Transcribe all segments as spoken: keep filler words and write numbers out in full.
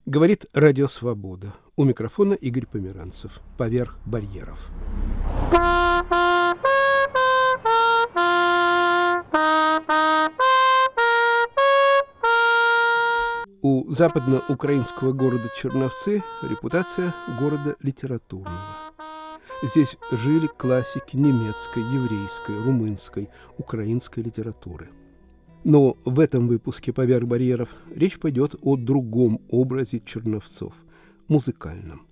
Говорит Радио Свобода. У микрофона Игорь Померанцев. Поверх барьеров. У западноукраинского города Черновцы репутация города литературного. Здесь жили классики немецкой, еврейской, румынской, украинской литературы. Но в этом выпуске «Поверх барьеров» речь пойдет о другом образе черновцов – музыкальном.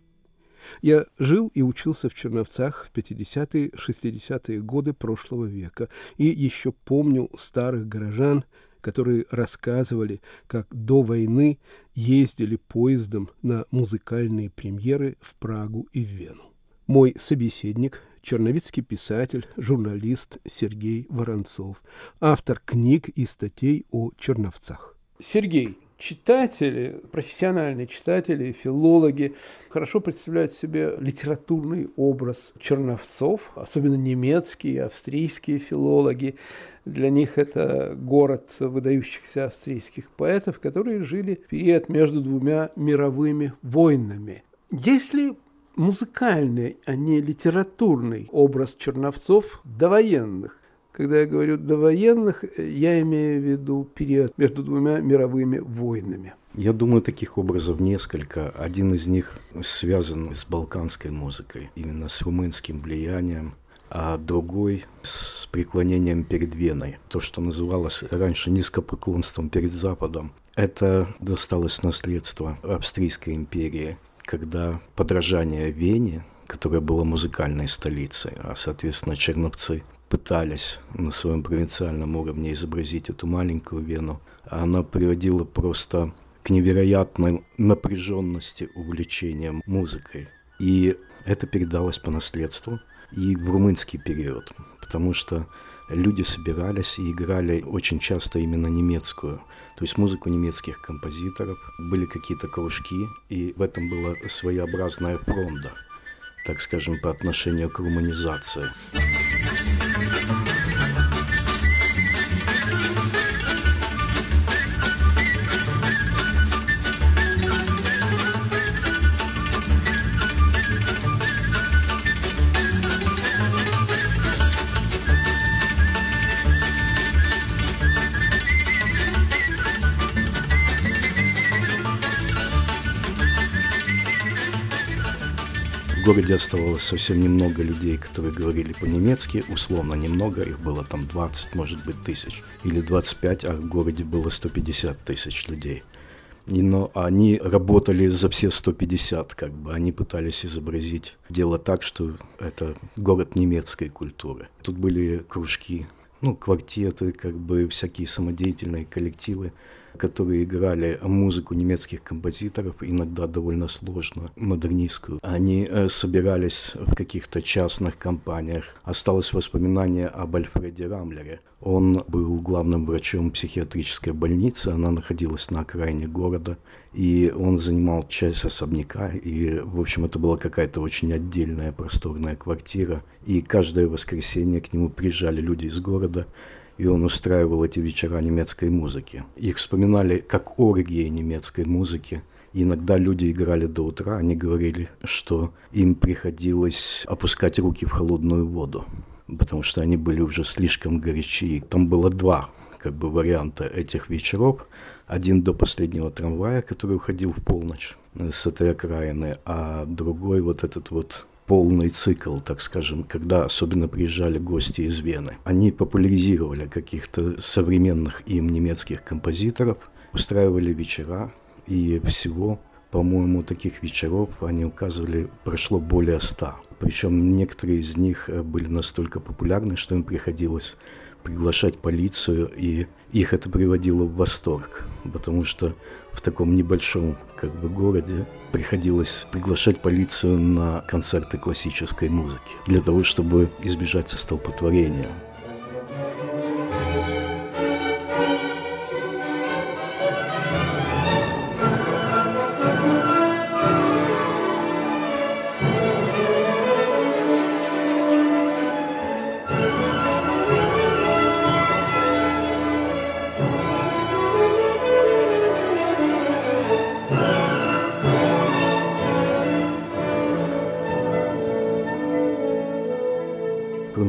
Я жил и учился в Черновцах в пятидесятые-шестидесятые годы прошлого века и еще помню старых горожан, которые рассказывали, как до войны ездили поездом на музыкальные премьеры в Прагу и в Вену. Мой собеседник – черновицкий писатель, журналист Сергей Воронцов, автор книг и статей о Черновцах. Сергей, читатели, профессиональные читатели, филологи хорошо представляют себе литературный образ Черновцов, особенно немецкие, австрийские филологи. Для них это город выдающихся австрийских поэтов, которые жили в период между двумя мировыми войнами. Есть ли музыкальный, а не литературный образ черновцов довоенных? Когда я говорю довоенных, я имею в виду период между двумя мировыми войнами. Я думаю, таких образов несколько. Один из них связан с балканской музыкой, именно с румынским влиянием, а другой с преклонением перед Веной. То, что называлось раньше низкопоклонством перед Западом, это досталось наследство Австрийской империи, когда подражание Вене, которая была музыкальной столицей, а, соответственно, черновцы пытались на своем провинциальном уровне изобразить эту маленькую Вену, она приводила просто к невероятной напряженности увлечения музыкой. И это передалось по наследству и в румынский период, потому что люди собирались и играли очень часто именно немецкую, то есть музыку немецких композиторов. Были какие-то кружки, и в этом была своеобразная фронда, так скажем, по отношению к руманизации. В городе оставалось совсем немного людей, которые говорили по-немецки, условно немного, их было там двадцать, может быть, тысяч, или двадцать пять, а в городе было сто пятьдесят тысяч людей. И, но они работали за все сто пятьдесят, как бы, они пытались изобразить дело так, что это город немецкой культуры. Тут были кружки, ну, квартеты, как бы, всякие самодеятельные коллективы, которые играли музыку немецких композиторов, иногда довольно сложную, модернистскую. Они э, собирались в каких-то частных компаниях. Осталось воспоминание об Альфреде Рамлере. Он был главным врачом психиатрической больницы, она находилась на окраине города, и он занимал часть особняка, и, в общем, это была какая-то очень отдельная просторная квартира, и каждое воскресенье к нему приезжали люди из города, и он устраивал эти вечера немецкой музыки. Их вспоминали как оргии немецкой музыки. И иногда люди играли до утра, они говорили, что им приходилось опускать руки в холодную воду, потому что они были уже слишком горячи. Там было два как бы варианта этих вечеров. Один до последнего трамвая, который уходил в полночь с этой окраины, а другой вот этот вот полный цикл, так скажем, когда особенно приезжали гости из Вены. Они популяризировали каких-то современных им немецких композиторов, устраивали вечера, и всего, по-моему, таких вечеров, они указывали, прошло более ста. Причем некоторые из них были настолько популярны, что им приходилось приглашать полицию, и их это приводило в восторг, потому что в таком небольшом как бы городе приходилось приглашать полицию на концерты классической музыки для того, чтобы избежать столпотворения.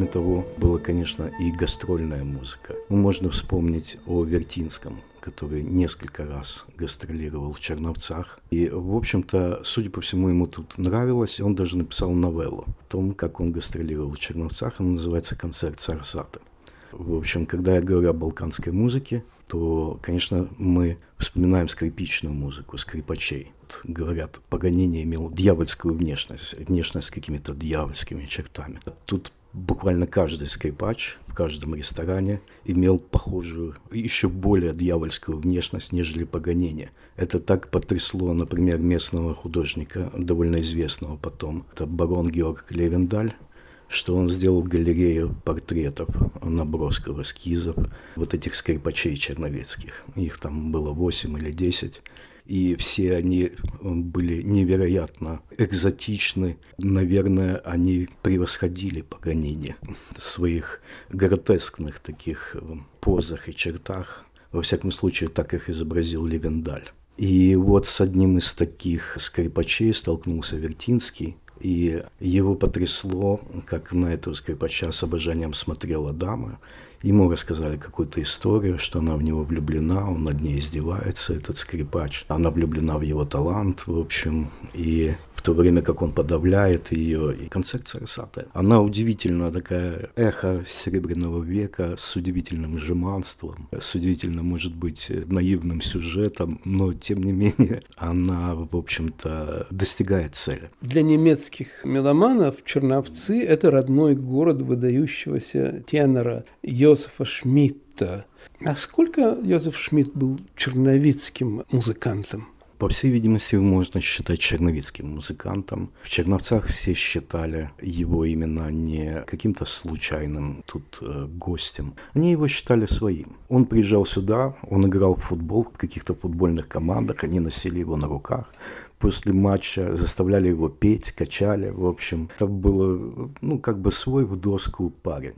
Кроме того, была, конечно, и гастрольная музыка. Ну, можно вспомнить о Вертинском, который несколько раз гастролировал в Черновцах. И, в общем-то, судя по всему, ему тут нравилось, и он даже написал новеллу о том, как он гастролировал в Черновцах. Она называется «Концерт Сарасаты». В общем, когда я говорю о балканской музыке, то, конечно, мы вспоминаем скрипичную музыку, скрипачей. Вот, говорят, Паганини имел дьявольскую внешность, внешность с какими-то дьявольскими чертами. Тут буквально каждый скрипач в каждом ресторане имел похожую, еще более дьявольскую внешность, нежели Паганини. Это так потрясло, например, местного художника, довольно известного потом, это барон Георг Левендаль, что он сделал галерею портретов, набросков, эскизов вот этих скрипачей черновецких. Их там было восемь или десять. И все они были невероятно экзотичны. Наверное, они превосходили Паганини в своих гротескных таких позах и чертах. Во всяком случае, так их изобразил Левендаль. И вот с одним из таких скрипачей столкнулся Вертинский. И его потрясло, как на этого скрипача с обожанием смотрела дама. Ему рассказали какую-то историю, что она в него влюблена, он над ней издевается, этот скрипач. Она влюблена в его талант, в общем, и в то время как он подавляет ее. И концерт Сарасаты, она удивительно такая эхо Серебряного века с удивительным жеманством, с удивительно, может быть, наивным сюжетом, но, тем не менее, она, в общем-то, достигает цели. Для немецких меломанов Черновцы – это родной город выдающегося тенора Йозефа Шмидта. А сколько Йозеф Шмидт был черновицким музыкантом? По всей видимости, можно считать черновицким музыкантом. В Черновцах все считали его именно не каким-то случайным тут э, гостем. Они его считали своим. Он приезжал сюда, он играл в футбол в каких-то футбольных командах, они носили его на руках. После матча заставляли его петь, качали. В общем, это было, ну, как бы свой в доску парень.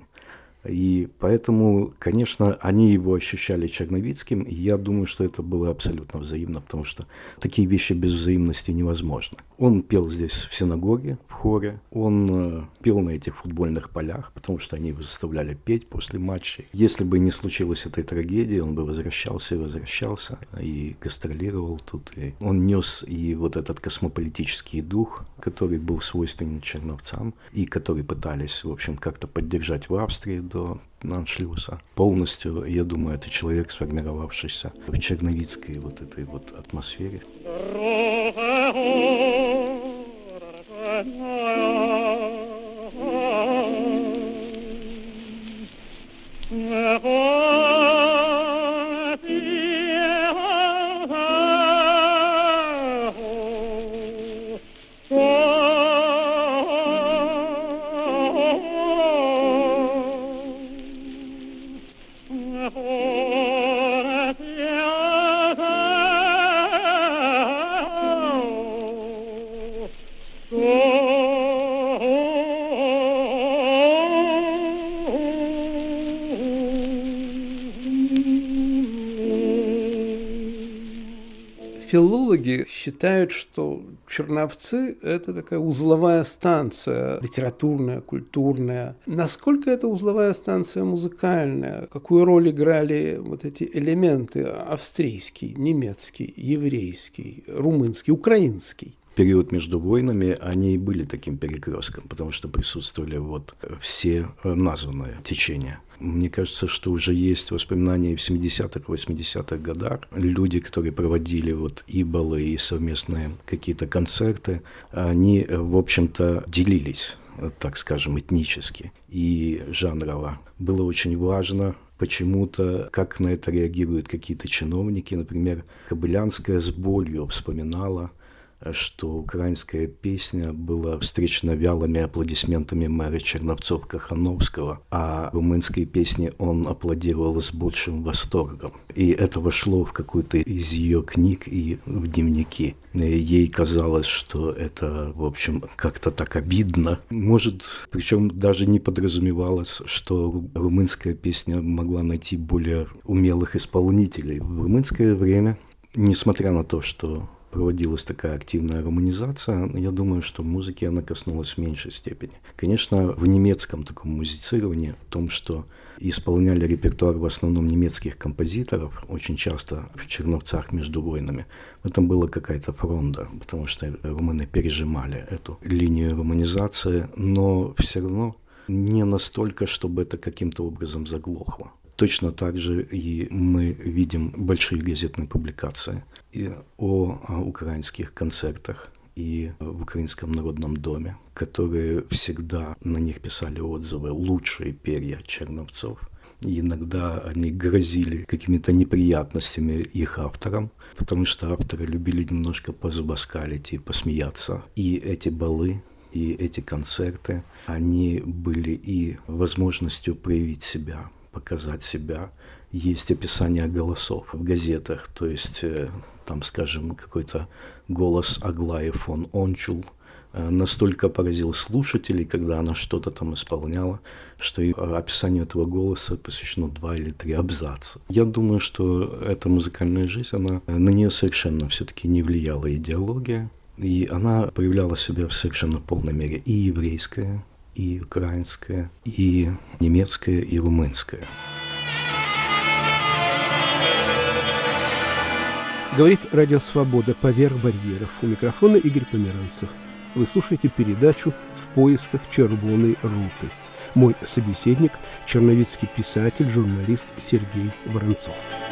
И поэтому, конечно, они его ощущали черновицким, и я думаю, что это было абсолютно взаимно, потому что такие вещи без взаимности невозможны. Он пел здесь в синагоге, в хоре, он э, пел на этих футбольных полях, потому что они его заставляли петь после матчей. Если бы не случилось этой трагедии, он бы возвращался и возвращался, и гастролировал тут. И он нес и вот этот космополитический дух, который был свойственен черновцам, и который пытались, в общем, как-то поддержать в Австрии до аншлюса. Полностью, я думаю, это человек, сформировавшийся в черновицкой вот этой вот атмосфере. Филологи считают, что Черновцы – это такая узловая станция, литературная, культурная. Насколько эта узловая станция музыкальная? Какую роль играли вот эти элементы австрийский, немецкий, еврейский, румынский, украинский? Период между войнами они и были таким перекрестком, потому что присутствовали вот все названные течения. Мне кажется, что уже есть воспоминания в семидесятых, восьмидесятых годах. Люди, которые проводили вот и балы, и совместные какие-то концерты, они, в общем-то, делились, так скажем, этнически и жанрово. Было очень важно почему-то, как на это реагируют какие-то чиновники. Например, Кобылянская с болью вспоминала, что украинская песня была встречена вялыми аплодисментами мэра Черновцов-Кахановского, а румынской песне он аплодировал с большим восторгом. И это вошло в какую-то из ее книг и в дневники. Ей казалось, что это, в общем, как-то так обидно. Может, причем даже не подразумевалось, что румынская песня могла найти более умелых исполнителей. В румынское время, несмотря на то, что проводилась такая активная романизация, я думаю, что музыки она коснулась в меньшей степени. Конечно, в немецком таком музицировании, в том, что исполняли репертуар в основном немецких композиторов, очень часто в Черновцах между войнами, в этом была какая-то фронта, потому что румыны пережимали эту линию романизации, но все равно не настолько, чтобы это каким-то образом заглохло. Точно так же и мы видим большие газетные публикации и о, о украинских концертах и в Украинском народном доме, которые всегда на них писали отзывы «лучшие перья черновцов». И иногда они грозили какими-то неприятностями их авторам, потому что авторы любили немножко позубоскалить и посмеяться. И эти балы, и эти концерты, они были и возможностью проявить себя, показать себя. Есть описание голосов в газетах, то есть там, скажем, какой-то голос Аглаи фон Ончул настолько поразил слушателей, когда она что-то там исполняла, что и описанию этого голоса посвящено два или три абзаца. Я думаю, что эта музыкальная жизнь, она, на нее совершенно все-таки не влияла идеология, и она проявляла себя в совершенно полной мере и еврейская, и украинская, и немецкая, и румынская. Говорит Радио Свобода «Поверх барьеров». У микрофона Игорь Померанцев. Вы слушаете передачу «В поисках червоной руты». Мой собеседник – черновицкий писатель, журналист Сергей Воронцов.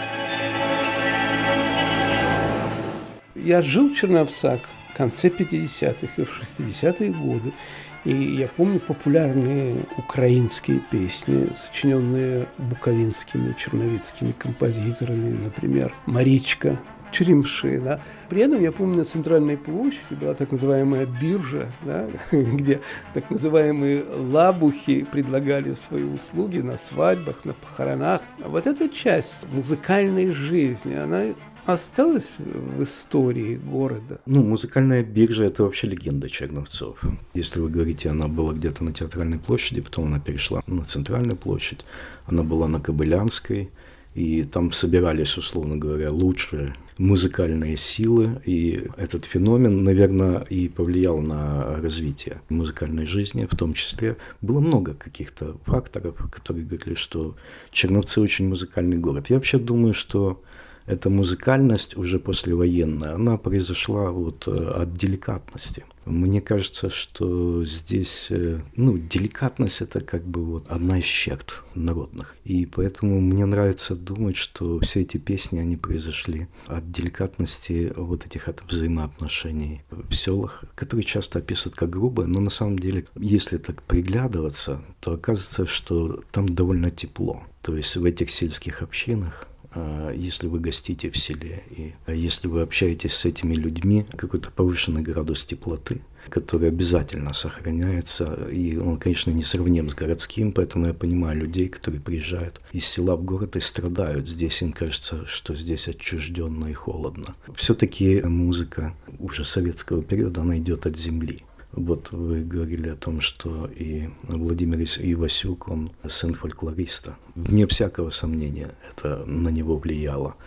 Я жил в Черновцах в конце пятидесятых и в шестидесятые годы. И я помню популярные украинские песни, сочиненные буковинскими, черновицкими композиторами, например, «Маричка», «Черемши». Да. При этом я помню, на центральной площади была так называемая биржа, да, где так называемые лабухи предлагали свои услуги на свадьбах, на похоронах. А вот эта часть музыкальной жизни, она осталась в истории города? Ну, музыкальная биржа – это вообще легенда Черновцов. Если вы говорите, она была где-то на Театральной площади, потом она перешла на Центральную площадь, она была на Кобылянской, и там собирались, условно говоря, лучшие музыкальные силы, и этот феномен, наверное, и повлиял на развитие музыкальной жизни, в том числе. Было много каких-то факторов, которые говорили, что Черновцы очень музыкальный город. Я вообще думаю, что эта музыкальность уже послевоенная, она произошла вот от деликатности. Мне кажется, что здесь, ну, деликатность – это как бы вот одна из черт народных. И поэтому мне нравится думать, что все эти песни, они произошли от деликатности вот этих от взаимоотношений в селах, которые часто описывают как грубые, но на самом деле, если так приглядываться, то оказывается, что там довольно тепло. То есть в этих сельских общинах, если вы гостите в селе, и если вы общаетесь с этими людьми, какой-то повышенный градус теплоты, который обязательно сохраняется, и он, конечно, не сравним с городским, поэтому я понимаю людей, которые приезжают из села в город и страдают. Здесь им кажется, что здесь отчужденно и холодно. Все-таки музыка уже советского периода, она идет от земли. Вот вы говорили о том, что и Владимир Ивасюк, он сын фольклориста. Вне всякого сомнения это на него влияло.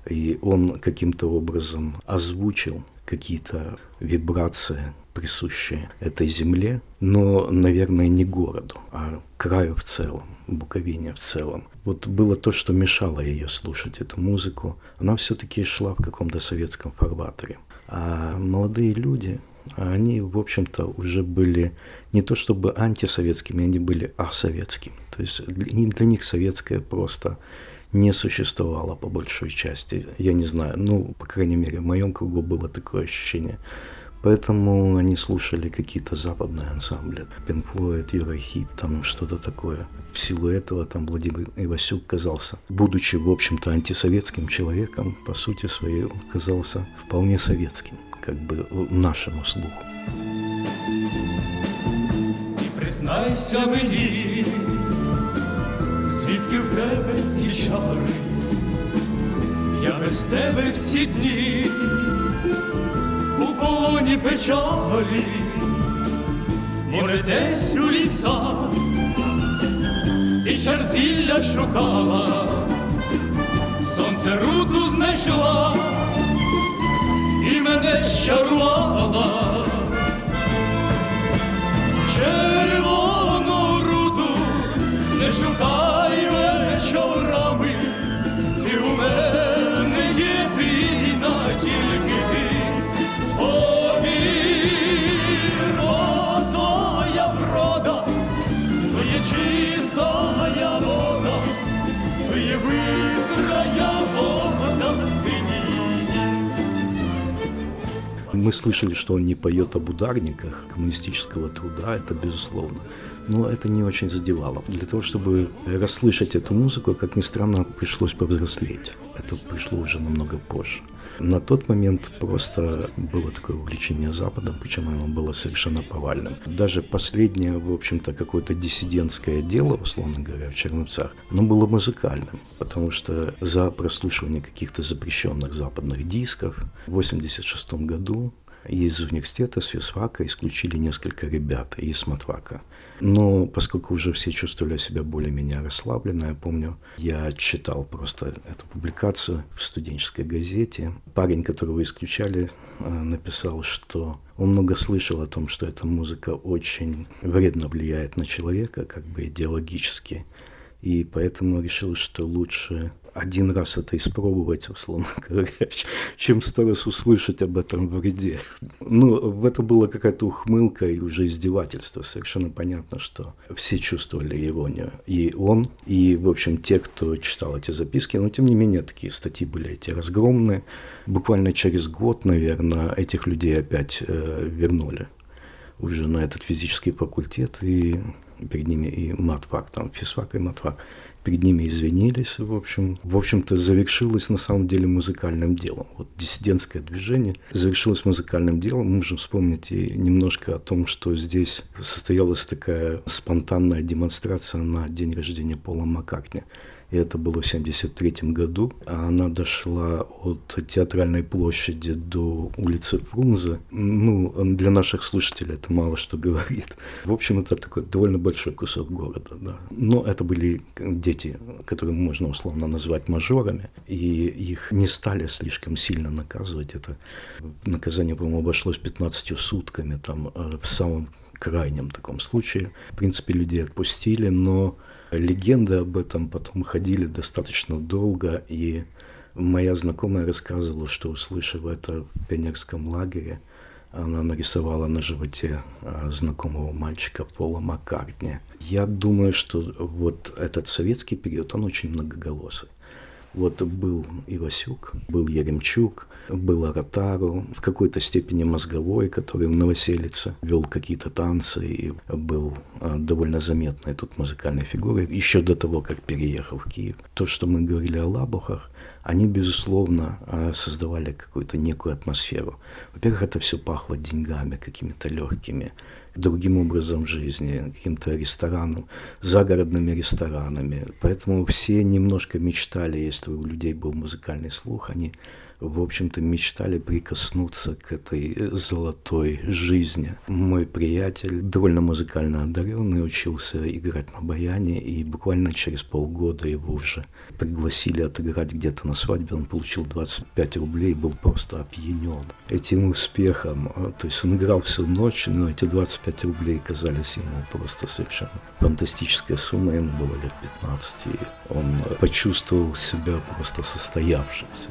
И он каким-то образом озвучил какие-то вибрации, присущие этой земле, но, наверное, не городу, а краю в целом, Буковине в целом. Вот было то, что мешало ее слушать, эту музыку. Она все-таки шла в каком-то советском фарватере. А молодые люди, они, в общем-то, уже были не то чтобы антисоветскими, они были асоветскими. То есть для, для них советское просто не существовало по большей части. Я не знаю, ну, по крайней мере, в моем кругу было такое ощущение. Поэтому они слушали какие-то западные ансамбли. Pink Floyd, Eurahip, там что-то такое. В силу этого там Владимир Ивасюк казался, будучи, в общем-то, антисоветским человеком, по сути своей он казался вполне советским, как бы нашему слуху. І признайся мені, звідки в тебе ті чари, я без тебе всі дні у полоні печалі, може десь у лісах ти чар зілля шукала, сонце руту знайшла, і мене щарувала. Червону руду не шукай вечорами, ти у мене єдина, тільки ти. Повір, ото я врода, то є чистая вода, то є бистрая вода в синій. Мы слышали, что он не поет об ударниках коммунистического труда, это безусловно. Но это не очень задевало. Для того, чтобы расслышать эту музыку, как ни странно, пришлось повзрослеть. Это пришло уже намного позже. На тот момент просто было такое увлечение Западом, причем оно было совершенно повальным. Даже последнее, в общем-то, какое-то диссидентское дело, условно говоря, в Черновцах, оно было музыкальным, потому что за прослушивание каких-то запрещенных западных дисков в восемьдесят шестом году из университета, с физфака исключили несколько ребят из матфака. Но поскольку уже все чувствовали себя более-менее расслабленно, я помню, я читал просто эту публикацию в студенческой газете. Парень, которого исключали, написал, что он много слышал о том, что эта музыка очень вредно влияет на человека, как бы идеологически. И поэтому решил, что лучше один раз это испробовать, условно говоря, чем сто раз услышать об этом вреде. Ну, в это была какая-то ухмылка и уже издевательство. Совершенно понятно, что все чувствовали иронию. И он, и, в общем, те, кто читал эти записки. Но, тем не менее, такие статьи были эти разгромные. Буквально через год, наверное, этих людей опять э, вернули уже на этот физический факультет. И перед ними и матфак, там физфак и матфак. Перед ними извинились, в общем. В общем-то, завершилось на самом деле музыкальным делом. Вот диссидентское движение завершилось музыкальным делом. Мы можем вспомнить и немножко о том, что здесь состоялась такая спонтанная демонстрация на день рождения Пола Маккартни. И это было в семьдесят третьем году. Она дошла от Театральной площади до улицы Фрунзе. Ну, для наших слушателей это мало что говорит. В общем, это такой довольно большой кусок города, да. Но это были дети, которые можно условно назвать мажорами. И их не стали слишком сильно наказывать. Это наказание, по-моему, обошлось пятнадцатью сутками там, в самом крайнем таком случае. В принципе, людей отпустили, но легенды об этом потом ходили достаточно долго, и моя знакомая рассказывала, что, услышав это в пионерском лагере, она нарисовала на животе знакомого мальчика Пола Маккартни. Я думаю, что вот этот советский период, он очень многоголосый. Вот был Ивасюк, был Яремчук, был Ротару, в какой-то степени Мозговой, который в Новоселице вел какие-то танцы и был довольно заметной тут музыкальной фигурой, еще до того, как переехал в Киев. То, что мы говорили о Лабухах, они, безусловно, создавали какую-то некую атмосферу. Во-первых, это все пахло деньгами, какими-то легкими, другим образом жизни, каким-то рестораном, загородными ресторанами. Поэтому все немножко мечтали, если у людей был музыкальный слух, они, в общем-то, мечтали прикоснуться к этой золотой жизни. Мой приятель, довольно музыкально одаренный, учился играть на баяне, и буквально через полгода его уже пригласили отыграть где-то на свадьбе. Он получил двадцать пять рублей, был просто опьянен этим успехом. То есть он играл всю ночь, но эти двадцать пять рублей казались ему просто совершенно фантастическая сумма. Ему было лет пятнадцать, и он почувствовал себя просто состоявшимся.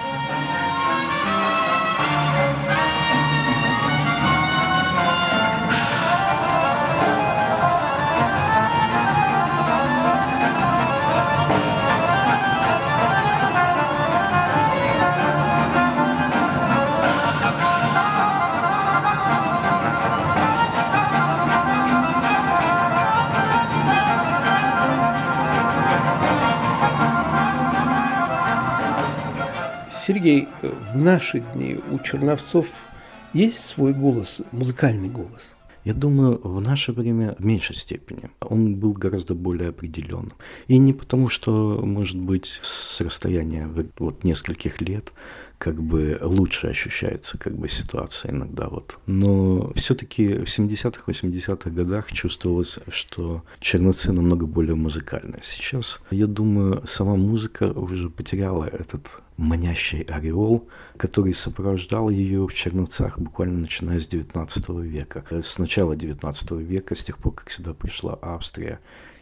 Сергей, в наши дни у Черновцов есть свой голос, музыкальный голос? Я думаю, в наше время в меньшей степени. Он был гораздо более определенным. И не потому, что, может быть, с расстояния вот нескольких лет, как бы лучше ощущается как бы ситуация иногда вот. Но все-таки в семидесятых, восьмидесятых годах чувствовалось, что Черновцы намного более музыкальные. Сейчас, я думаю, сама музыка уже потеряла этот манящий ореол, который сопровождал ее в Черновцах буквально начиная с девятнадцатого века. С начала девятнадцатого века, с тех пор, как сюда пришла Австрия,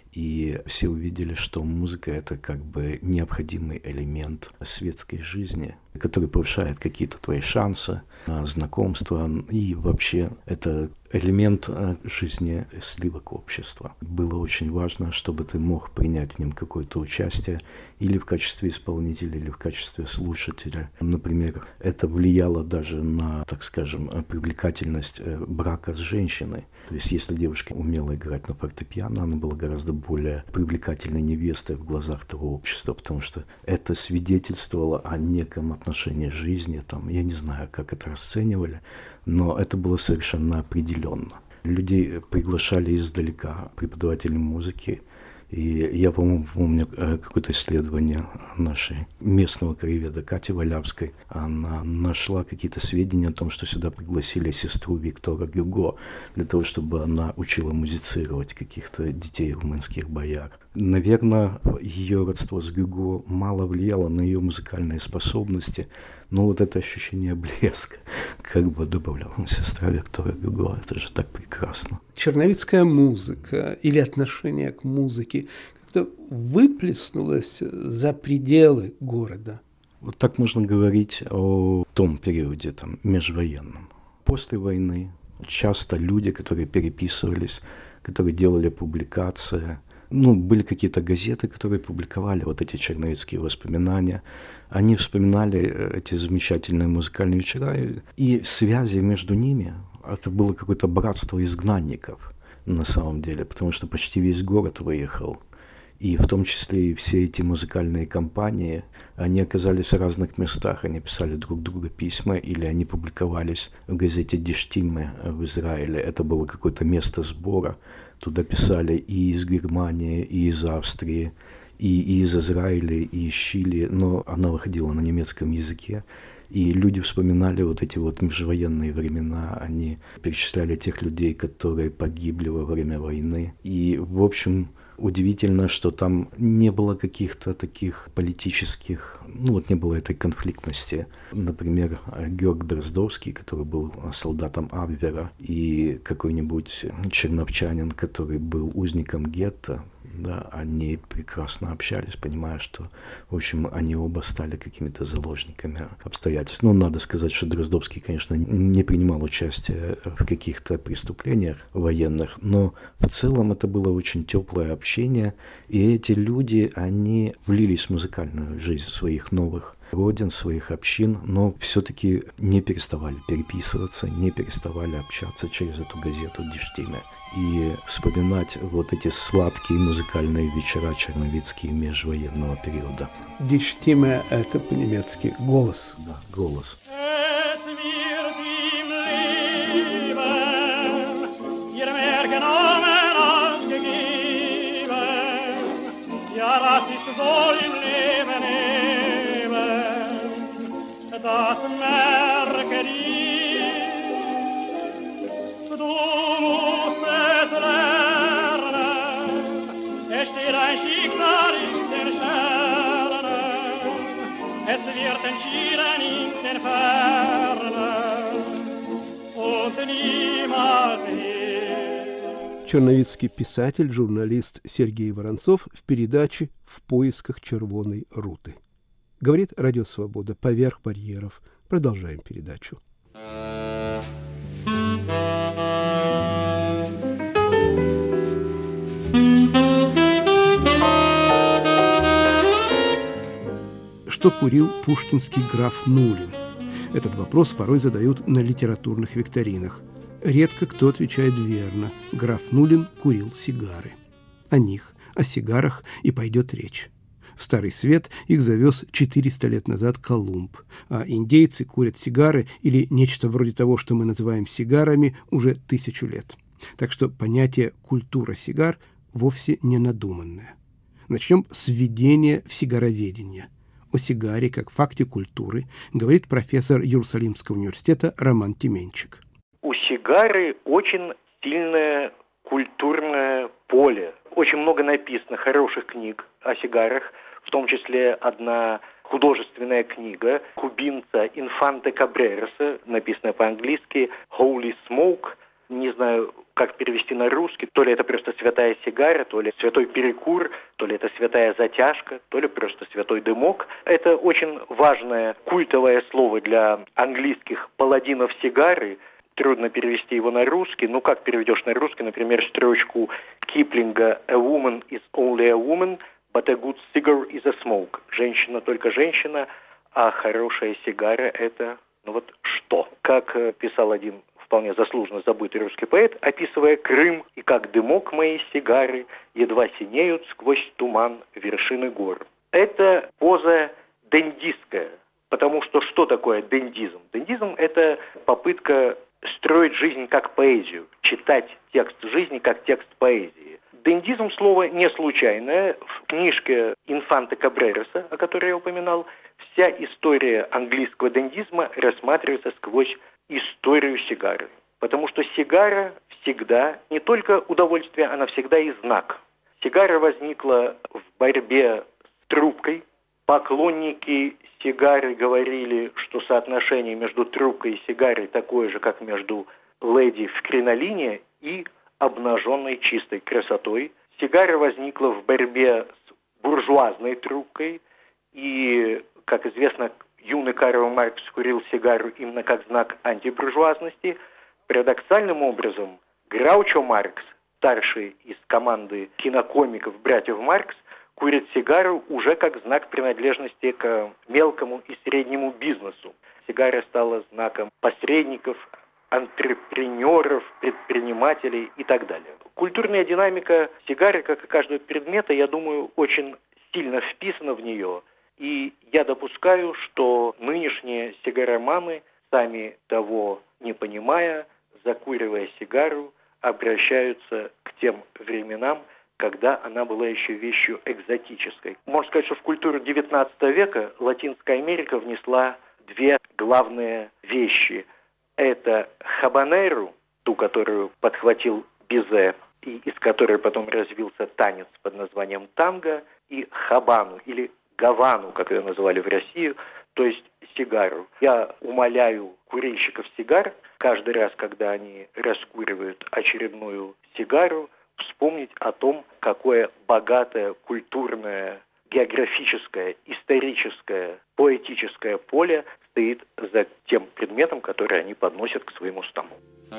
и все увидели, что музыка — это как бы необходимый элемент светской жизни, который повышает какие-то твои шансы, знакомства, и вообще это элемент жизни сливок общества. Было очень важно, чтобы ты мог принять в нем какое-то участие или в качестве исполнителя, или в качестве слушателя. Например, это влияло даже на, так скажем, привлекательность брака с женщиной. То есть, если девушка умела играть на фортепиано, она была гораздо более привлекательной невестой в глазах того общества, потому что это свидетельствовало о неком отношении жизни, там, я не знаю, как это расценивали, но это было совершенно определенно. Людей приглашали издалека, преподаватели музыки. И я, по-моему, помню какое-то исследование нашей местного краеведа Кати Валявской. Она нашла какие-то сведения о том, что сюда пригласили сестру Виктора Гюго для того, чтобы она учила музицировать каких-то детей румынских бояр. Наверное, ее родство с Гюго мало влияло на ее музыкальные способности, но вот это ощущение блеска как бы добавляла сестра Виктора Гюго. Это же так прекрасно. Черновицкая музыка или отношение к музыке как-то выплеснулось за пределы города. Вот так можно говорить о том периоде там, межвоенном. После войны часто люди, которые переписывались, которые делали публикации, ну, были какие-то газеты, которые публиковали вот эти черновицкие воспоминания. Они вспоминали эти замечательные музыкальные вечера, и связи между ними, это было какое-то братство изгнанников на самом деле, потому что почти весь город выехал. И в том числе и все эти музыкальные компании, они оказались в разных местах, они писали друг другу письма, или они публиковались в газете «Die Stimme» в Израиле. Это было какое-то место сбора. Туда писали и из Германии, и из Австрии, и, и из Израиля, и из Чили, но она выходила на немецком языке. И люди вспоминали вот эти вот межвоенные времена, они перечисляли тех людей, которые погибли во время войны. И, в общем, удивительно, что там не было каких-то таких политических, ну вот не было этой конфликтности. Например, Георг Дроздовский, который был солдатом Абвера, и какой-нибудь черновчанин, который был узником гетто, да, они прекрасно общались, понимая, что, в общем, они оба стали какими-то заложниками обстоятельств. Ну, надо сказать, что Дроздовский, конечно, не принимал участия в каких-то преступлениях военных, но в целом это было очень теплое общение, и эти люди, они влились в музыкальную жизнь своих новых родин, своих общин, но все-таки не переставали переписываться, не переставали общаться через эту газету «Die Stimme» и вспоминать вот эти сладкие музыкальные вечера черновицкие межвоенного периода. «Die Stimme» — это по-немецки «голос». Да, «голос». Das merke ich, du musst es lernen, es steht ein Schicksal in den Sternen, es wird entschieden in den Fernen und niemals hier. Черновицкий писатель, журналист Сергей Воронцов в передаче «В поисках червоной руты». Говорит Радио Свобода «Поверх барьеров». Продолжаем передачу. Что курил пушкинский граф Нулин? Этот вопрос порой задают на литературных викторинах. Редко кто отвечает верно. Граф Нулин курил сигары. О них, о сигарах и пойдет речь. В Старый Свет их завез четыреста лет назад Колумб, а индейцы курят сигары или нечто вроде того, что мы называем сигарами, уже тысячу лет. Так что понятие «культура сигар» вовсе не надуманное. Начнем с введения в сигароведение. О сигаре как факте культуры говорит профессор Иерусалимского университета Роман Тименчик. У сигары очень сильное культурное поле. Очень много написано хороших книг о сигарах, в том числе одна художественная книга кубинца Инфанте Кабререса, написанная по-английски «Holy Smoke». Не знаю, как перевести на русский. То ли это просто святая сигара, то ли святой перекур, то ли это святая затяжка, то ли просто святой дымок. Это очень важное культовое слово для английских паладинов сигары. Трудно перевести его на русский. Ну, как переведешь на русский, например, строчку Киплинга «A woman is only a woman, but a good cigar is a smoke». Женщина только женщина, а хорошая сигара – это, ну вот, что? Как писал один вполне заслуженно забытый русский поэт, описывая Крым, и как дымок моей сигары едва синеют сквозь туман вершины гор. Это поза дендистская, потому что что такое дендизм? Дендизм – это попытка строить жизнь как поэзию, читать текст жизни как текст поэзии. Дендизм слово не случайное. В книжке Инфанте Кабререса, о которой я упоминал, вся история английского дендизма рассматривается сквозь историю сигары. Потому что сигара всегда не только удовольствие, она всегда и знак. Сигара возникла в борьбе с трубкой. Поклонники сигары говорили, что соотношение между трубкой и сигарой такое же, как между леди в кринолине и обнаженной чистой красотой. Сигара возникла в борьбе с буржуазной трубкой, и, как известно, юный Карл Маркс курил сигару именно как знак антибуржуазности. Парадоксальным образом Граучо Маркс, старший из команды кинокомиков братьев Маркс, курит сигару уже как знак принадлежности к мелкому и среднему бизнесу. Сигара стала знаком посредников, антрепренеров, предпринимателей и так далее. Культурная динамика сигары, как и каждого предмета, я думаю, очень сильно вписана в нее. И я допускаю, что нынешние сигароманы, сами того не понимая, закуривая сигару, обращаются к тем временам, когда она была еще вещью экзотической. Можно сказать, что в культуру девятнадцатого века Латинская Америка внесла две главные вещи. Это хабанеру, ту, которую подхватил Бизе, и из которой потом развился танец под названием танго, и хабану, или гавану, как ее называли в России, то есть сигару. Я умоляю курильщиков сигар каждый раз, когда они раскуривают очередную сигару, вспомнить о том, какое богатое культурное, географическое, историческое, поэтическое поле стоит за тем предметом, который они подносят к своим устам.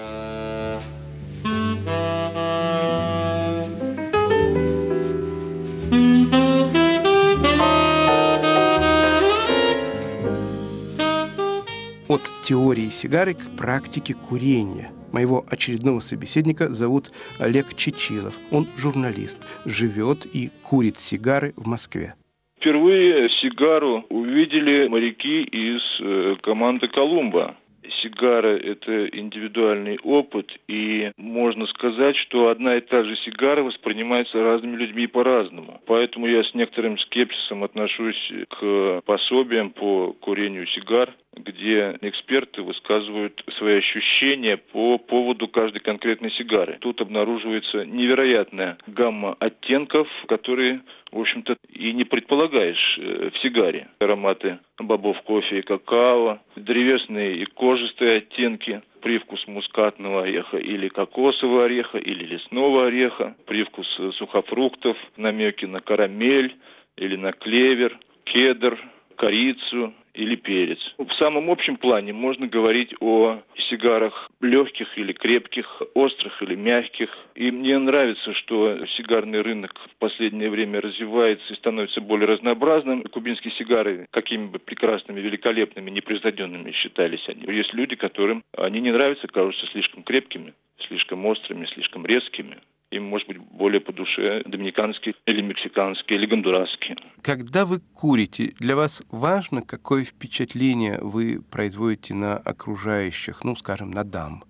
От теории сигары к практике курения. Моего очередного собеседника зовут Олег Чечилов. Он журналист, живет и курит сигары в Москве. Впервые сигару увидели моряки из э, команды «Колумба». Сигара – это индивидуальный опыт, и можно сказать, что одна и та же сигара воспринимается разными людьми по-разному. Поэтому я с некоторым скепсисом отношусь к пособиям по курению сигар, где эксперты высказывают свои ощущения по поводу каждой конкретной сигары. Тут обнаруживается невероятная гамма оттенков, которые, в общем-то, и не предполагаешь в сигаре. Ароматы бобов кофе и какао, древесные и кожистые оттенки, привкус мускатного ореха или кокосового ореха, или лесного ореха, привкус сухофруктов, намеки на карамель или на клевер, кедр, корицу или перец. В самом общем плане можно говорить о сигарах легких или крепких, острых или мягких. И мне нравится, что сигарный рынок в последнее время развивается и становится более разнообразным. Кубинские сигары, какими бы прекрасными, великолепными, непревзойденными считались они. Есть люди, которым они не нравятся, кажутся слишком крепкими, слишком острыми, слишком резкими. Им, может быть, более по душе доминиканские или мексиканские, или гондурасские. Когда вы курите, для вас важно, какое впечатление вы производите на окружающих, ну, скажем, на дам?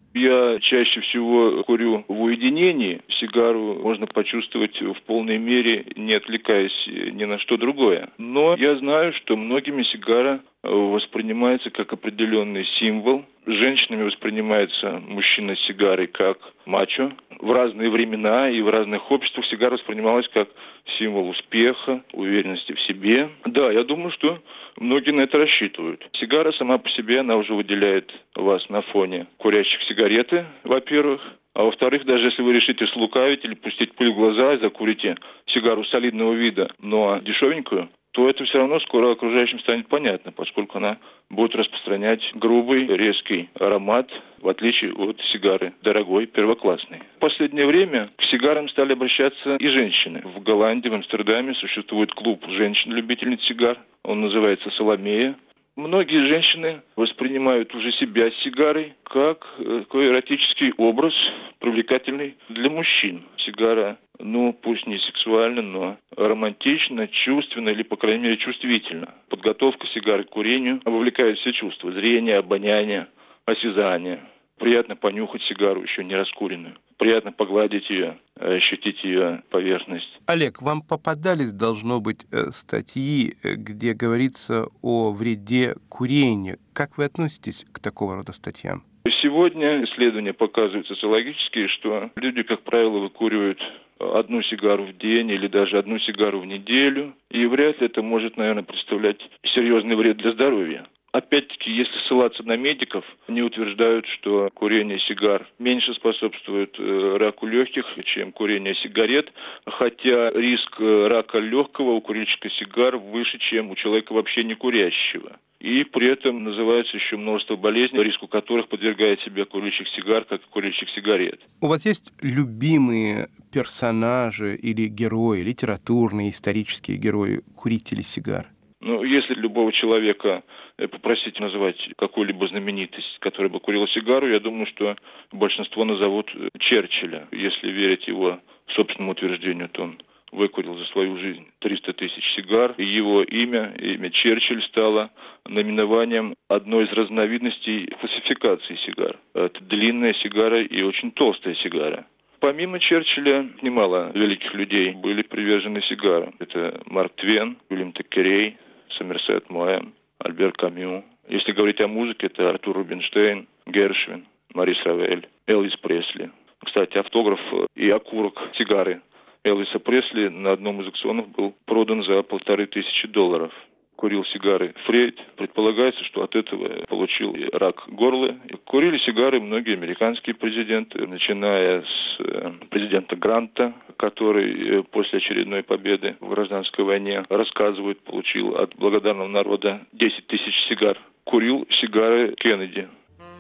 Я чаще всего курю в уединении. Сигару можно почувствовать в полной мере, не отвлекаясь ни на что другое. Но я знаю, что многими сигара воспринимается как определенный символ. Женщинами воспринимается мужчина с сигарой как мачо. В разные времена и в разных обществах сигара воспринималась как символ успеха, уверенности в себе. Да, я думаю, что многие на это рассчитывают. Сигара сама по себе, она уже выделяет вас на фоне курящих сигареты, во-первых. А во-вторых, даже если вы решите слукавить или пустить пыль в глаза и закурите сигару солидного вида, но дешевенькую, то это все равно скоро окружающим станет понятно, поскольку она будет распространять грубый, резкий аромат, в отличие от сигары дорогой, первоклассной. В последнее время к сигарам стали обращаться и женщины. В Голландии, в Амстердаме существует клуб женщин-любительниц сигар. Он называется «Соломея». Многие женщины воспринимают уже себя с сигарой как такой эротический образ, привлекательный для мужчин. Сигара, ну, пусть не сексуально, но романтично, чувственно или, по крайней мере, чувствительно. Подготовка сигары к курению вовлекает все чувства: зрение, обоняние, осязание. Приятно понюхать сигару, еще не раскуренную. Приятно погладить ее, ощутить ее поверхность. Олег, вам попадались, должно быть, статьи, где говорится о вреде курения. Как вы относитесь к такого рода статьям? Сегодня исследования показывают социологические, что люди, как правило, выкуривают одну сигару в день или даже одну сигару в неделю. И вряд ли это может, наверное, представлять серьезный вред для здоровья. Опять-таки, если ссылаться на медиков, они утверждают, что курение сигар меньше способствует э, раку легких, чем курение сигарет, хотя риск э, рака легкого у курильщика сигар выше, чем у человека вообще не курящего. И при этом называется еще множество болезней, риску которых подвергает себя курильщик сигар, как и курильщик сигарет. У вас есть любимые персонажи или герои, литературные, исторические герои, курители сигар? Ну, если любого человека попросить назвать какую-либо знаменитость, которая бы курила сигару, я думаю, что большинство назовут Черчилля. Если верить его собственному утверждению, то он выкурил за свою жизнь триста тысяч сигар. И его имя, имя Черчилль, стало наименованием одной из разновидностей классификации сигар. Это длинная сигара и очень толстая сигара. Помимо Черчилля, немало великих людей были привержены сигарам. Это Марк Твен, Уильям Таккерей, Сомерсет Моэм, Альбер Камю. Если говорить о музыке, это Артур Рубинштейн, Гершвин, Морис Равель, Элвис Пресли. Кстати, автограф и окурок сигары Элвиса Пресли на одном из аукционов был продан за полторы тысячи долларов. Курил сигары Фрейд. Предполагается, что от этого получил рак горла. Курили сигары многие американские президенты, начиная с президента Гранта, который после очередной победы в гражданской войне, рассказывает, получил от благодарного народа десять тысяч сигар. Курил сигары Кеннеди.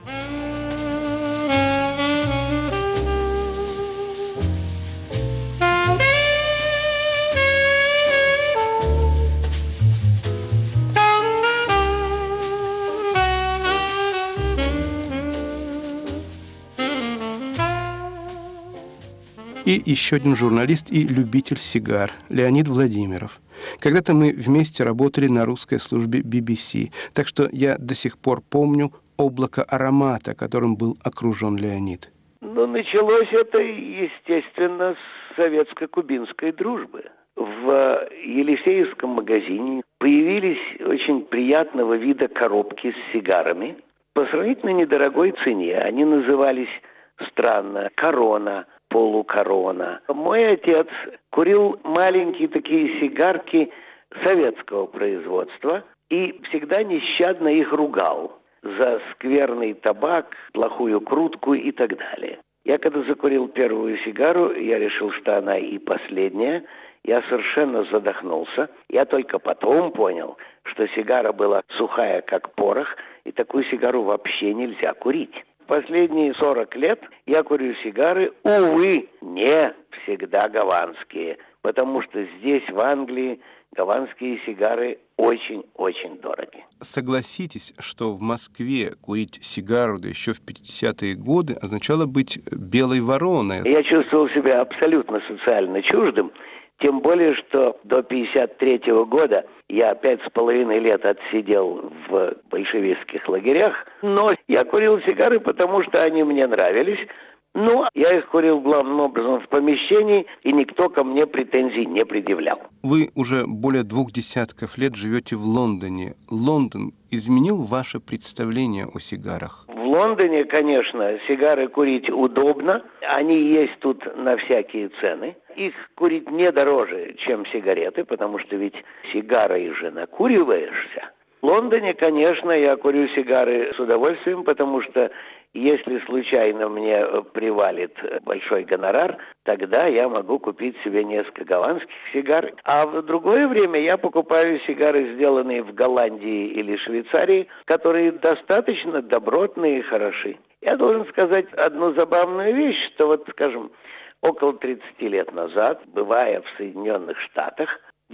И еще один журналист и любитель сигар, Леонид Владимиров. Когда-то мы вместе работали на русской службе би би си, так что я до сих пор помню облако аромата, которым был окружен Леонид. Ну, началось это, естественно, с советско-кубинской дружбы. В Елисеевском магазине появились очень приятного вида коробки с сигарами. По сравнительно недорогой цене они назывались странно «Корона», полукорона. Мой отец курил маленькие такие сигарки советского производства и всегда нещадно их ругал за скверный табак, плохую крутку и так далее. Я когда закурил первую сигару, я решил, что она и последняя. Я совершенно задохнулся. Я только потом понял, что сигара была сухая, как порох, и такую сигару вообще нельзя курить. Последние сорок лет я курю сигары, увы, не всегда гаванские, потому что здесь, в Англии, гаванские сигары очень-очень дороги. Согласитесь, что в Москве курить сигару, да еще в пятидесятые годы, означало быть белой вороной. Я чувствовал себя абсолютно социально чуждым, Тем более, что до пятьдесят третьего года я пять с половиной лет отсидел в большевистских лагерях, но я курил сигары, потому что они мне нравились. Но я их курил главным образом в помещении, и никто ко мне претензий не предъявлял. Вы уже более двух десятков лет живете в Лондоне. Лондон изменил ваше представление о сигарах? В Лондоне, конечно, сигары курить удобно. Они есть тут на всякие цены. Их курить не дороже, чем сигареты, потому что ведь сигарой же накуриваешься. В Лондоне, конечно, я курю сигары с удовольствием, потому что если случайно мне привалит большой гонорар, тогда я могу купить себе несколько голландских сигар. А в другое время я покупаю сигары, сделанные в Голландии или Швейцарии, которые достаточно добротные и хороши. Я должен сказать одну забавную вещь, что вот, скажем, около тридцати лет назад, бывая в Соединенных Штатах,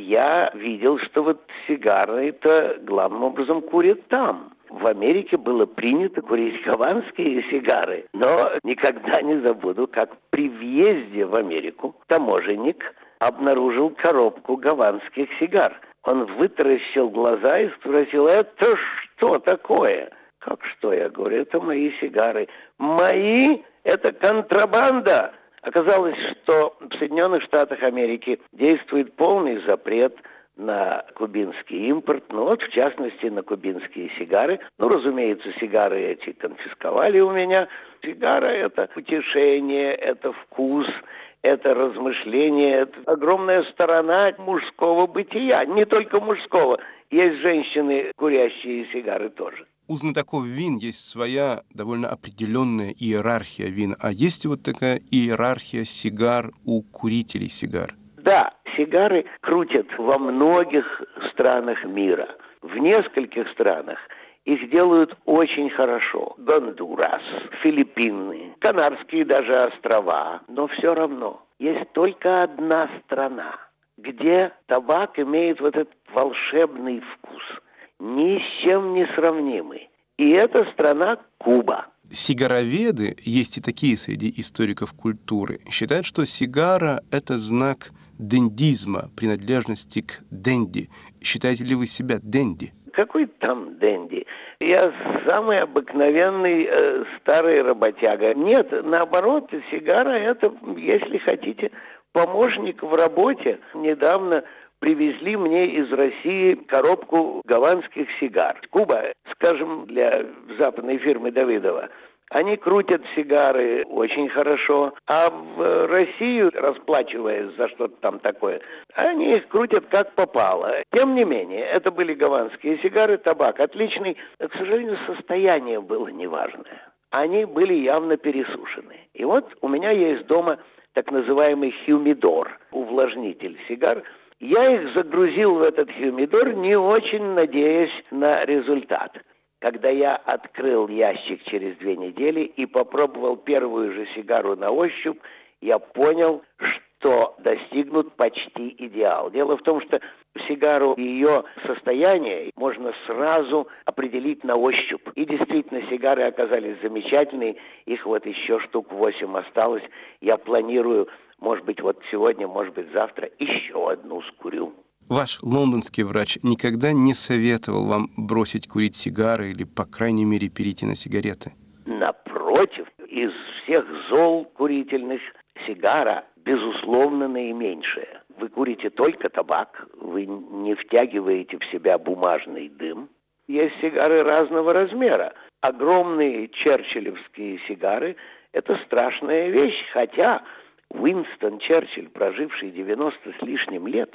я видел, что вот сигары-то главным образом курят там. В Америке было принято курить гаванские сигары, но никогда не забуду, как при въезде в Америку таможенник обнаружил коробку гаванских сигар. Он вытаращил глаза и спросил: «Это что такое?» «Как что?» Я говорю: «Это мои сигары». «Мои? Это контрабанда!» Оказалось, что в Соединенных Штатах Америки действует полный запрет на кубинский импорт, ну вот, в частности, на кубинские сигары. Ну, разумеется, сигары эти конфисковали у меня. Сигара – это утешение, это вкус, это размышление, это огромная сторона мужского бытия. Не только мужского. Есть женщины, курящие сигары тоже. У знатоков вин есть своя довольно определенная иерархия вин. А есть вот такая иерархия сигар у курителей сигар? Да, сигары крутят во многих странах мира. В нескольких странах их делают очень хорошо. Гондурас, Филиппины, Канарские даже острова. Но все равно есть только одна страна, где табак имеет вот этот волшебный вкус, ни с чем не сравнимый. И это страна Куба. Сигароведы, есть и такие среди историков культуры, считают, что сигара – это знак дендизма, принадлежности к денди. Считаете ли вы себя денди? Какой там денди? Я самый обыкновенный э, старый работяга. Нет, наоборот, сигара – это, если хотите, помощник в работе. Недавно привезли мне из России коробку голландских сигар. Куба, скажем, для западной фирмы Давыдова, они крутят сигары очень хорошо, а в Россию, расплачиваясь за что-то там такое, они их крутят как попало. Тем не менее, это были гаванские сигары, табак отличный. К сожалению, состояние было неважное. Они были явно пересушены. И вот у меня есть дома так называемый хюмидор, увлажнитель сигар. Я их загрузил в этот хюмидор, не очень надеясь на результат. Когда я открыл ящик через две недели и попробовал первую же сигару на ощупь, я понял, что достигнут почти идеал. Дело в том, что сигару и ее состояние можно сразу определить на ощупь. И действительно, сигары оказались замечательные. Их вот еще штук восемь осталось. Я планирую, может быть, вот сегодня, может быть, завтра еще одну скурю. Ваш лондонский врач никогда не советовал вам бросить курить сигары или, по крайней мере, перейти на сигареты? Напротив, из всех зол курительных сигара, безусловно, наименьшая. Вы курите только табак, вы не втягиваете в себя бумажный дым. Есть сигары разного размера. Огромные черчиллевские сигары – это страшная вещь, хотя Уинстон Черчилль, проживший девяносто с лишним лет,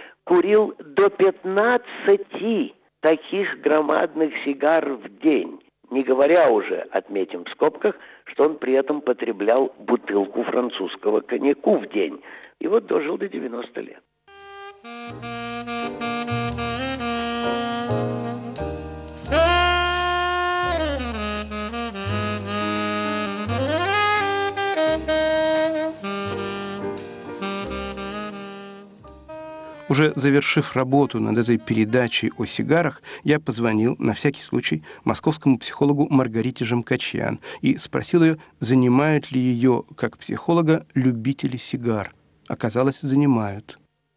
курил до пятнадцати таких громадных сигар в день. Не говоря уже, отметим в скобках, что он при этом потреблял бутылку французского коньяку в день. И вот дожил до девяноста лет. Уже завершив работу над этой передачей о сигарах, я позвонил, на всякий случай, московскому психологу Маргарите Жемкачьян и спросил ее, занимают ли ее, как психолога, любители сигар. Оказалось, занимают.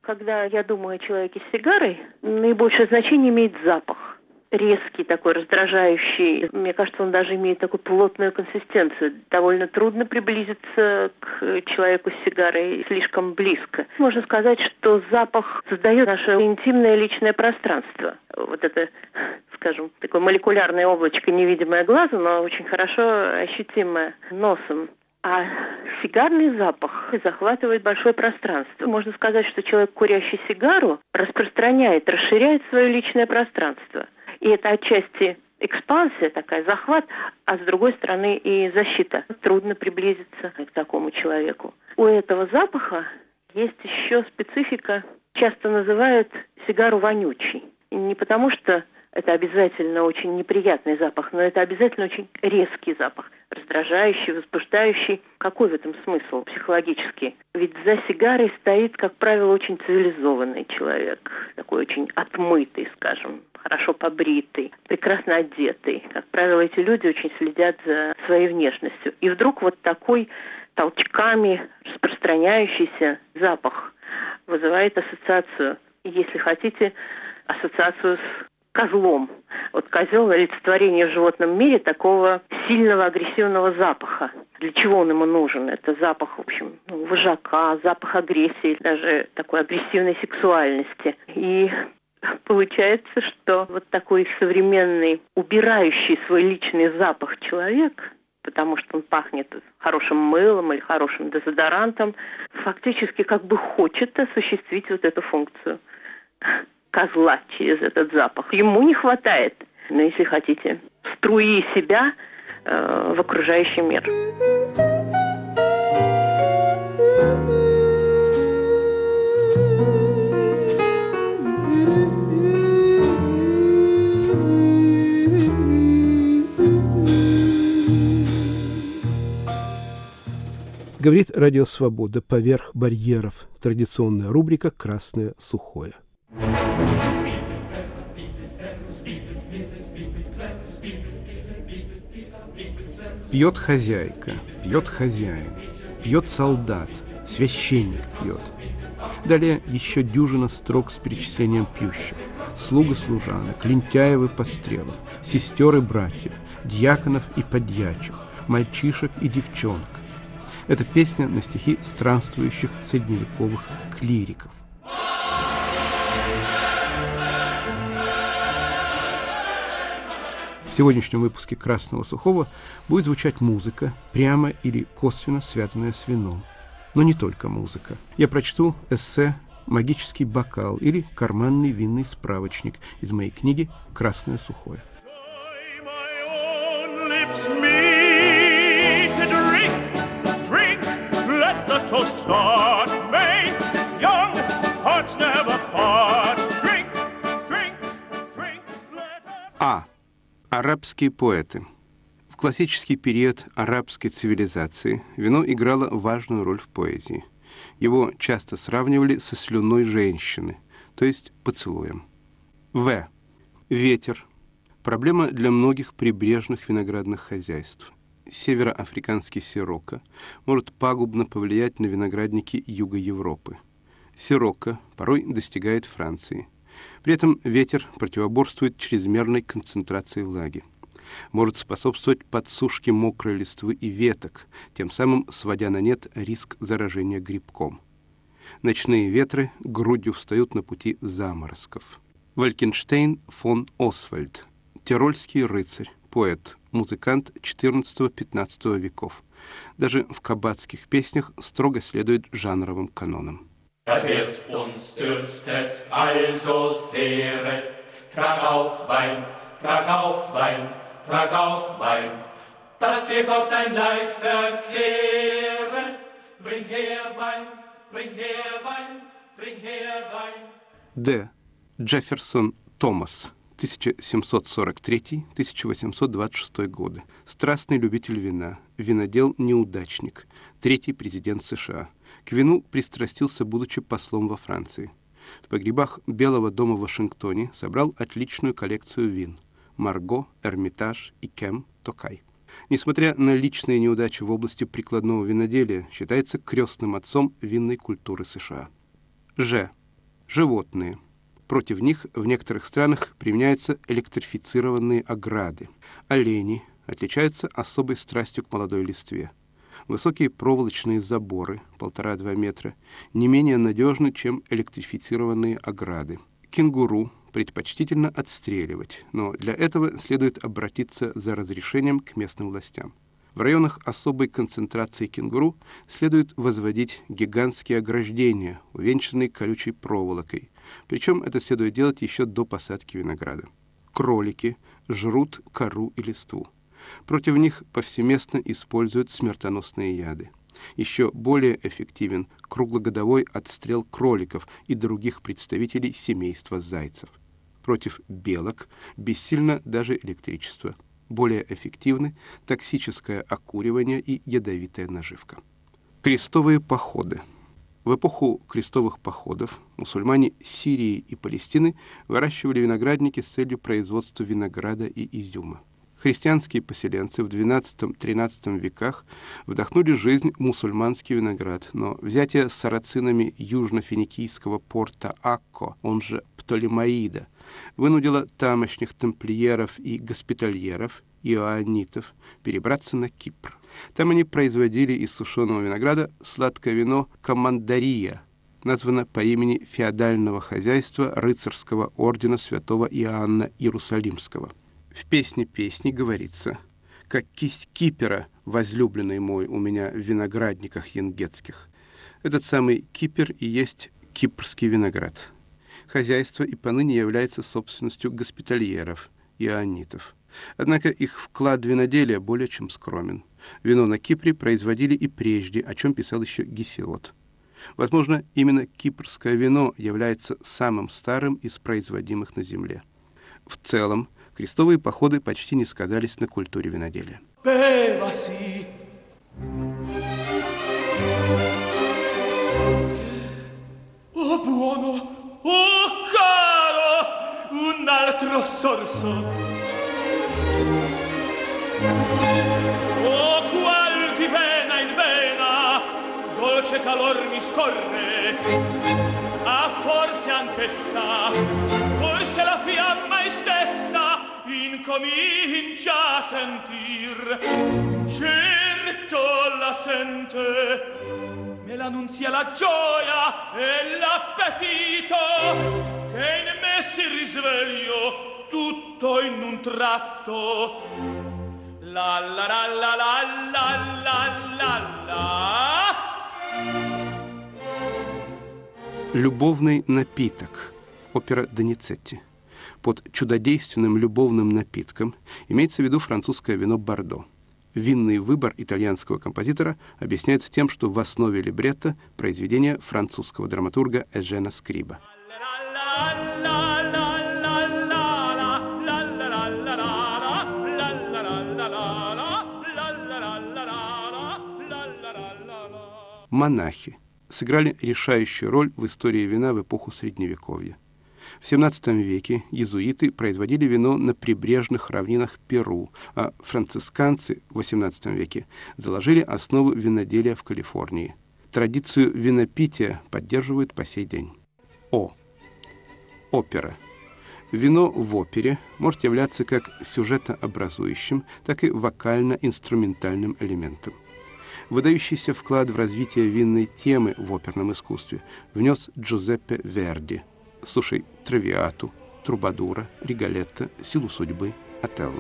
Когда я думаю о человеке с сигарой, наибольшее значение имеет запах. Резкий такой, раздражающий. Мне кажется, он даже имеет такую плотную консистенцию. Довольно трудно приблизиться к человеку с сигарой слишком близко. Можно сказать, что запах создает наше интимное личное пространство. Вот это, скажем, такое молекулярное облачко, невидимое глазу, но очень хорошо ощутимое носом. А сигарный запах захватывает большое пространство. Можно сказать, что человек, курящий сигару, распространяет, расширяет свое личное пространство. И это отчасти экспансия, такая захват, а с другой стороны и защита. Трудно приблизиться к такому человеку. У этого запаха есть еще специфика. Часто называют сигару вонючей. Не потому, что это обязательно очень неприятный запах, но это обязательно очень резкий запах, раздражающий, возбуждающий. Какой в этом смысл психологический? Ведь за сигарой стоит, как правило, очень цивилизованный человек, такой очень отмытый, скажем, хорошо побритый, прекрасно одетый. Как правило, эти люди очень следят за своей внешностью. И вдруг вот такой толчками распространяющийся запах вызывает ассоциацию, если хотите, ассоциацию с козлом. Вот козел — олицетворение в животном мире такого сильного агрессивного запаха. Для чего он ему нужен? Это запах, в общем, ну, вожака, запах агрессии, даже такой агрессивной сексуальности. И получается, что вот такой современный, убирающий свой личный запах человек, потому что он пахнет хорошим мылом или хорошим дезодорантом, фактически как бы хочет осуществить вот эту функцию козла через этот запах. Ему не хватает, но, если хотите, струи себя э, в окружающий мир. Говорит Радио Свобода. Поверх барьеров. Традиционная рубрика «Красное сухое». Пьет хозяйка, пьет хозяин, пьет солдат, священник пьет. Далее еще дюжина строк с перечислением пьющих. Слуг и служанок, лентяев и пострелов, сестер и братьев, дьяконов и подьячих, мальчишек и девчонок. Это песня на стихи странствующих средневековых клириков. В сегодняшнем выпуске «Красного сухого» будет звучать музыка, прямо или косвенно связанная с вином. Но не только музыка. Я прочту эссе «Магический бокал» или «Карманный винный справочник» из моей книги «Красное сухое». А. Арабские поэты. В классический период арабской цивилизации вино играло важную роль в поэзии. Его часто сравнивали со слюной женщины, то есть поцелуем. В. Ветер. Проблема для многих прибрежных виноградных хозяйств. Североафриканский сирока может пагубно повлиять на виноградники юга Европы. Сирока порой достигает Франции. При этом ветер противоборствует чрезмерной концентрации влаги. Может способствовать подсушке мокрой листвы и веток, тем самым сводя на нет риск заражения грибком. Ночные ветры грудью встают на пути заморозков. Валькенштейн фон Освальд. Тирольский рыцарь, поэт, музыкант четырнадцатого-пятнадцатого веков. Даже в кабацких песнях строго следует жанровым канонам. Er wird uns dürstet, also Sehre. Trag auf Wein, trag auf Wein, trag auf Wein, dass dir Gott dein Leid verkehre. Bring her Wein, bring her Wein, bring her Wein. Д. Джефферсон Томас, тысяча семьсот сорок третий — тысяча восемьсот двадцать шестой годы. Страстный любитель вина, винодел-неудачник, третий президент США. К вину пристрастился, будучи послом во Франции. В погребах Белого дома в Вашингтоне собрал отличную коллекцию вин – Марго, Эрмитаж и Кем Токай. Несмотря на личные неудачи в области прикладного виноделия, считается крестным отцом винной культуры США. Ж. Животные. Против них в некоторых странах применяются электрифицированные ограды. Олени отличаются особой страстью к молодой листве. Высокие проволочные заборы, полтора-два метра, не менее надежны, чем электрифицированные ограды. Кенгуру предпочтительно отстреливать, но для этого следует обратиться за разрешением к местным властям. В районах особой концентрации кенгуру следует возводить гигантские ограждения, увенчанные колючей проволокой. Причем это следует делать еще до посадки винограда. Кролики жрут кору и листву. Против них повсеместно используют смертоносные яды. Еще более эффективен круглогодовой отстрел кроликов и других представителей семейства зайцев. Против белок бессильно даже электричество. Более эффективны токсическое окуривание и ядовитая наживка. Крестовые походы. В эпоху крестовых походов мусульмане Сирии и Палестины выращивали виноградники с целью производства винограда и изюма. Христианские поселенцы в двенадцатом-тринадцатом веках вдохнули жизнь в мусульманский виноград, но взятие сарацинами южно-финикийского порта Акко, он же Птолемаида, вынудило тамошних тамплиеров и госпитальеров, иоаннитов, перебраться на Кипр. Там они производили из сушеного винограда сладкое вино «Командария», названо по имени феодального хозяйства рыцарского ордена святого Иоанна Иерусалимского. В «Песне песней» говорится: «Как кисть Кипера, возлюбленный мой, у меня в виноградниках янгетских». Этот самый Кипр и есть кипрский виноград. Хозяйство и поныне является собственностью госпитальеров, иоаннитов. Однако их вклад в виноделие более чем скромен. Вино на Кипре производили и прежде, о чем писал еще Гесиод. Возможно, именно кипрское вино является самым старым из производимых на земле. В целом, крестовые походы почти не сказались на культуре виноделия. Bevasi. Oh buono, oh caro, un altro sorso. Oh qual di vena in vena, dolce calor mi scorre. Ah forse anch'essa, forse la fiamma stessa incomincia a sentir. Certo la sente, me l'annunzia la gioia e l'appetito, che in me si risveglio tutto in un tratto. La la la la la la la la la. Любовный напиток. Опера Доницетти. Под чудодейственным любовным напитком имеется в виду французское вино Бордо. Винный выбор итальянского композитора объясняется тем, что в основе либретто произведения французского драматурга Эжена Скриба. Монахи сыграли решающую роль в истории вина в эпоху Средневековья. В семнадцатом веке иезуиты производили вино на прибрежных равнинах Перу, а францисканцы в восемнадцатом веке заложили основу виноделия в Калифорнии. Традицию винопития поддерживают по сей день. О. Опера. Вино в опере может являться как сюжетообразующим, так и вокально-инструментальным элементом. Выдающийся вклад в развитие винной темы в оперном искусстве внес Джузеппе Верди. Слушай Травиату, Трубадура, Риголетто, Силу судьбы, Отелло.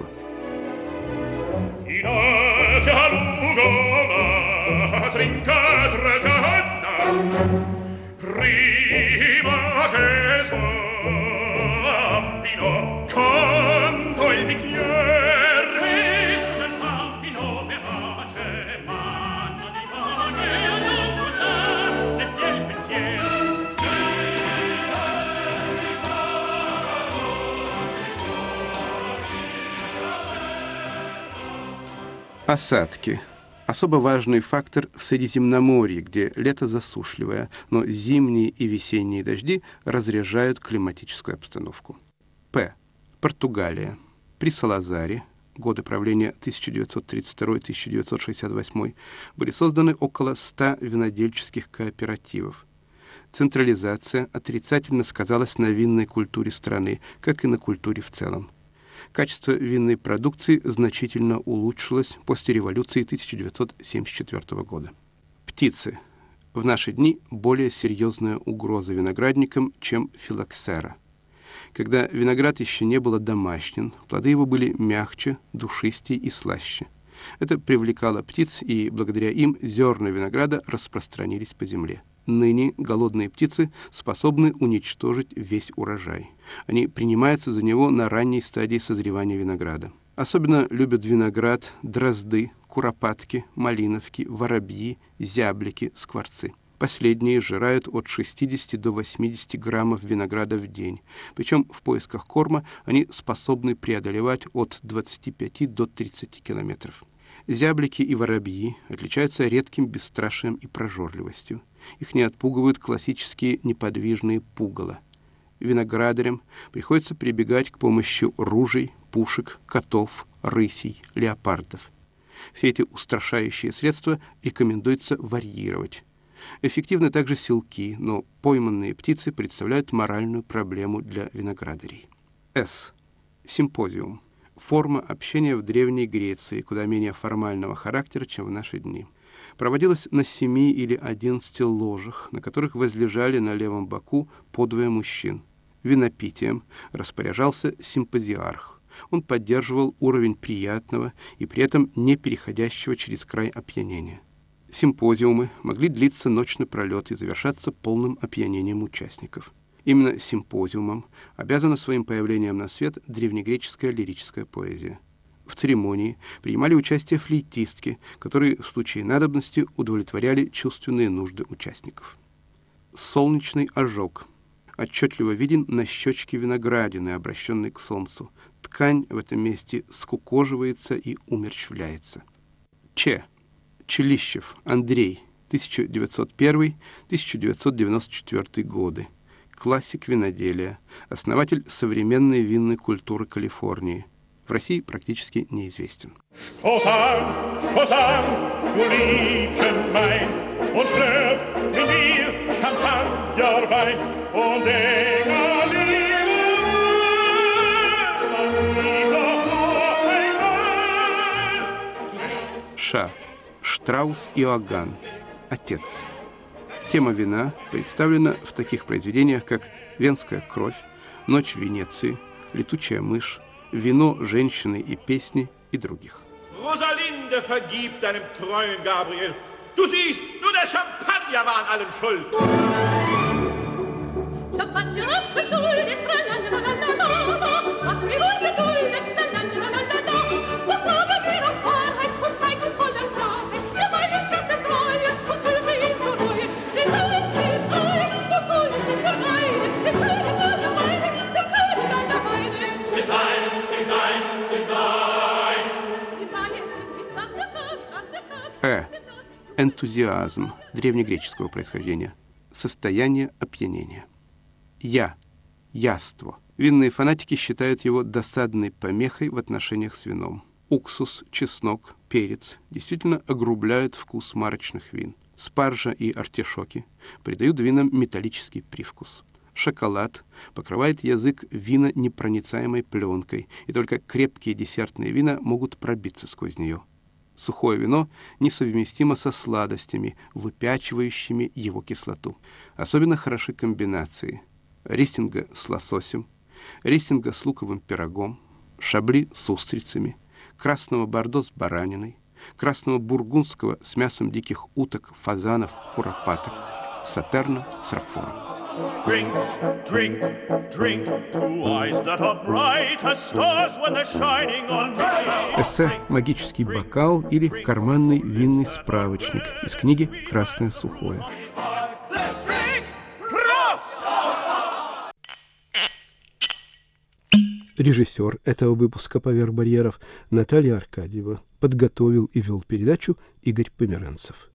Осадки. Особо важный фактор в Средиземноморье, где лето засушливое, но зимние и весенние дожди разряжают климатическую обстановку. П. Португалия. При Салазаре, годы правления тысяча девятьсот тридцать второй — тысяча девятьсот шестьдесят восьмой, были созданы около ста винодельческих кооперативов. централизация отрицательно сказалась на винной культуре страны, как и на культуре в целом. Качество винной продукции значительно улучшилось после революции тысяча девятьсот семьдесят четвёртого года. Птицы. В наши дни более серьезная угроза виноградникам, чем филоксера. Когда виноград еще не был домашним, плоды его были мягче, душистее и слаще. Это привлекало птиц, и благодаря им зерна винограда распространились по земле. Ныне голодные птицы способны уничтожить весь урожай. Они принимаются за него на ранней стадии созревания винограда. Особенно любят виноград дрозды, куропатки, малиновки, воробьи, зяблики, скворцы. Последние сжирают от шестидесяти до восьмидесяти граммов винограда в день. Причем в поисках корма они способны преодолевать от двадцати пяти до тридцати километров. Зяблики и воробьи отличаются редким бесстрашием и прожорливостью. Их не отпугивают классические неподвижные пугала. Виноградарям приходится прибегать к помощи ружей, пушек, котов, рысей, леопардов. Все эти устрашающие средства рекомендуется варьировать. Эффективны также селки, но пойманные птицы представляют моральную проблему для виноградарей. С. Симпозиум. Форма общения в Древней Греции, куда менее формального характера, чем в наши дни. Проводилась на семи или одиннадцати ложах, на которых возлежали на левом боку по двое мужчин. Винопитием распоряжался симпозиарх. Он поддерживал уровень приятного и при этом не переходящего через край опьянения. Симпозиумы могли длиться ночь напролет и завершаться полным опьянением участников. Именно симпозиумом обязана своим появлением на свет древнегреческая лирическая поэзия. В церемонии принимали участие флейтистки, которые в случае надобности удовлетворяли чувственные нужды участников. Солнечный ожог. Отчетливо виден на щечке виноградины, обращенной к солнцу. Ткань в этом месте скукоживается и умерщвляется. Ч. Челищев Андрей, тысяча девятьсот первый — тысяча девятьсот девяносто четвёртый годы. Классик виноделия, основатель современной винной культуры Калифорнии. В России практически неизвестен. Ша. Штраус Иоганн. Отец. Тема вина представлена в таких произведениях, как «Венская кровь», «Ночь в Венеции», «Летучая мышь», «Вино, женщины и песни» и других. Rosalinde vergib deinem treuen Gabriel. Du siehst, nur der Champagner war an allem schuld. Champagner hat verschuldet, tralalala, was wir wohl geduldet, tralalala. Doch haben wir auf Wahrheit und Zeit und voller Klarheit, der meines Gatten Treue und führte ihn zur Ruhe. Den König ein, der König vermeiden, den König aller Weine, den König aller Weine. Sind ein, sind ein, sind ein. Die Weine sind die Sache, Э. Энтузиазм древнегреческого происхождения. Состояние опьянения. Я. Яство. Винные фанатики считают его досадной помехой в отношениях с вином. Уксус, чеснок, перец действительно огрубляют вкус марочных вин. Спаржа и артишоки придают винам металлический привкус. Шоколад покрывает язык вина непроницаемой пленкой, и только крепкие десертные вина могут пробиться сквозь нее. Сухое вино несовместимо со сладостями, выпячивающими его кислоту. Особенно хороши комбинации ристинга с лососем, ристинга с луковым пирогом, шабли с устрицами, красного бордо с бараниной, красного бургундского с мясом диких уток, фазанов, куропаток, сатерна с ракфором. Drink, drink, drink, two eyes that are bright as stars when they're shining on me. Эссе «Магический бокал» или «Карманный винный справочник» из книги «Красное сухое». Режиссер этого выпуска «Поверх барьеров» Наталья Аркадьева. Подготовил и вел передачу Игорь Померанцев.